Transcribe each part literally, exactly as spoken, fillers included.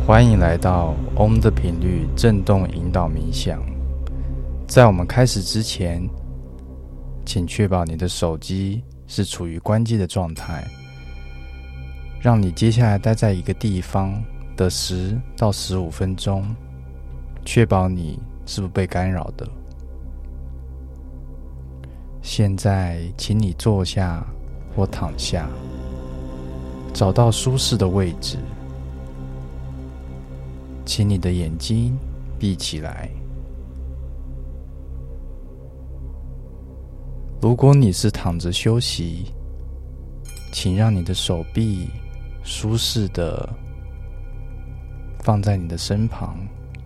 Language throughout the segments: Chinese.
欢迎来到 Om 的频率振动引导冥想。在我们开始之前，请确保你的手机是处于关机的状态，让你接下来待在一个地方的十到十五分钟，确保你是不被干扰的。现在请你坐下或躺下，找到舒适的位置，请你的眼睛闭起来。如果你是躺着休息，请让你的手臂舒适的放在你的身旁。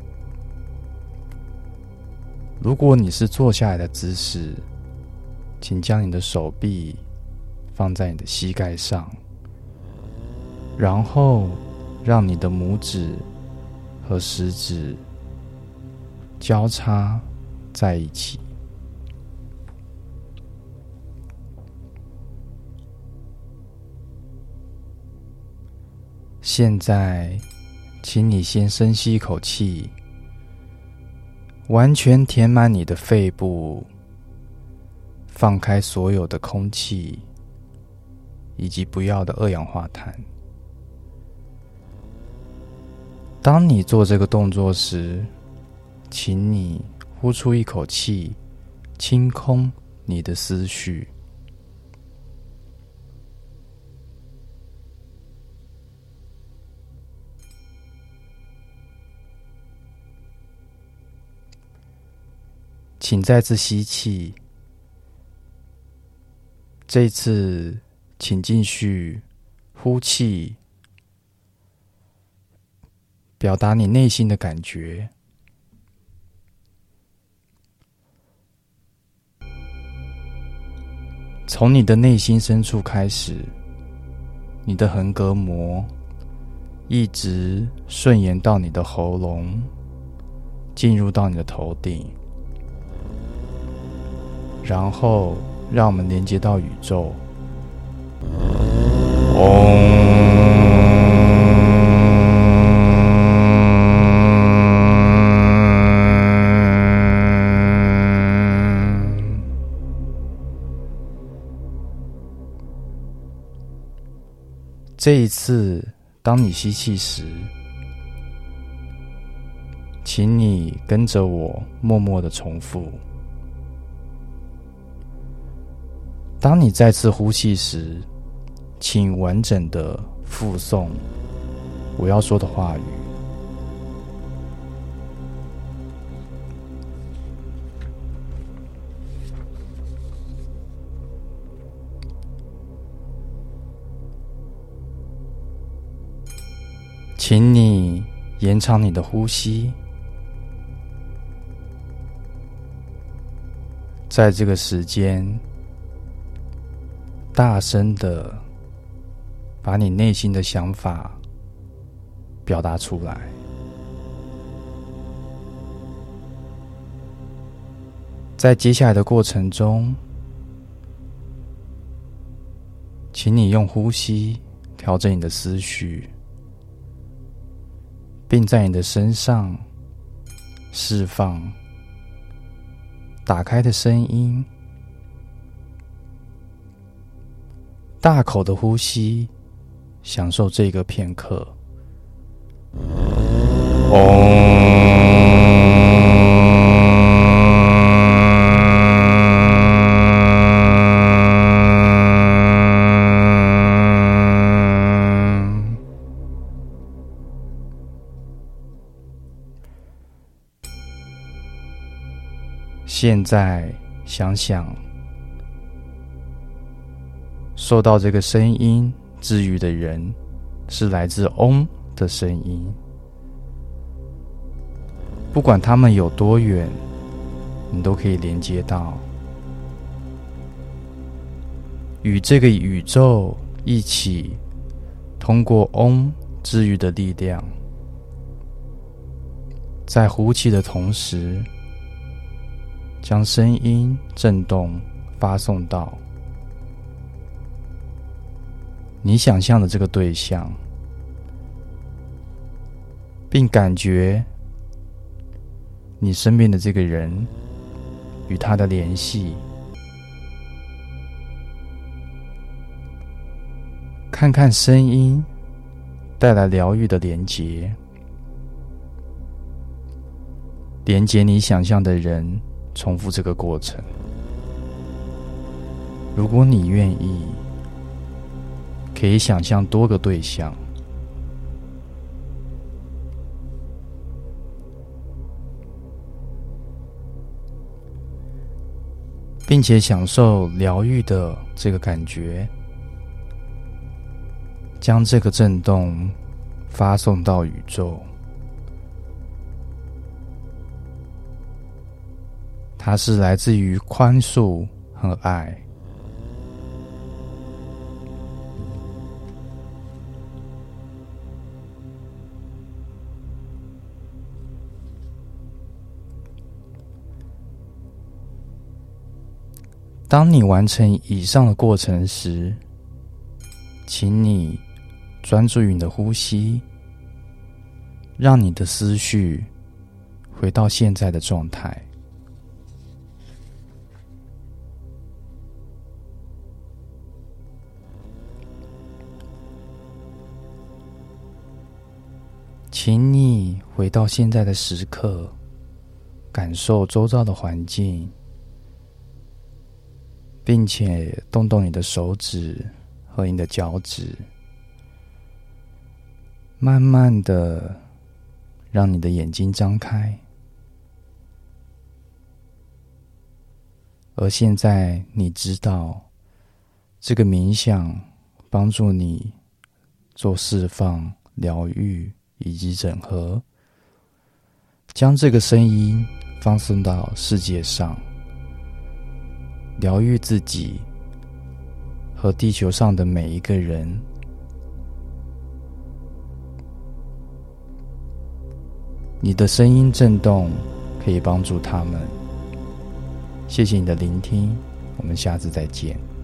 如果你是坐下来的姿势，请将你的手臂放在你的膝盖上，然后让你的拇指和食指交叉在一起。现在，请你先深吸一口气，完全填满你的肺部，放开所有的空气以及不要的二氧化碳。当你做这个动作时，请你呼出一口气，清空你的思绪。请再次吸气，这一次请继续呼气，表达你内心的感觉。从你的内心深处开始，你的横膈膜一直顺延到你的喉咙，进入到你的头顶，然后让我们连接到宇宙。这一次，当你吸气时，请你跟着我默默地重复。当你再次呼气时，请完整的复诵我要说的话语。请你延长你的呼吸，在这个时间大声的把你内心的想法表达出来。在接下来的过程中，请你用呼吸调整你的思绪，并在你的身上释放打开的声音。大口的呼吸，享受这个片刻。现在想想，受到这个声音治愈的人，是来自嗡的声音。不管他们有多远，你都可以连接到，与这个宇宙一起，通过嗡治愈的力量，在呼气的同时，将声音震动发送到你想象的这个对象， 并感觉你身边的这个人与他的联系，看看声音带来疗愈的连结，连结你想象的人，重复这个过程。如果你愿意，可以想象多个对象，并且享受疗愈的这个感觉，将这个震动发送到宇宙。它是来自于宽恕和爱。当你完成以上的过程时，请你专注于你的呼吸，让你的思绪回到现在的状态。请你回到现在的时刻，感受周遭的环境，并且动动你的手指和你的脚趾，慢慢的让你的眼睛张开。而现在你知道，这个冥想帮助你做释放、疗愈以及整合，将这个声音放送到世界上，疗愈自己和地球上的每一个人。你的声音震动可以帮助他们。谢谢你的聆听，我们下次再见。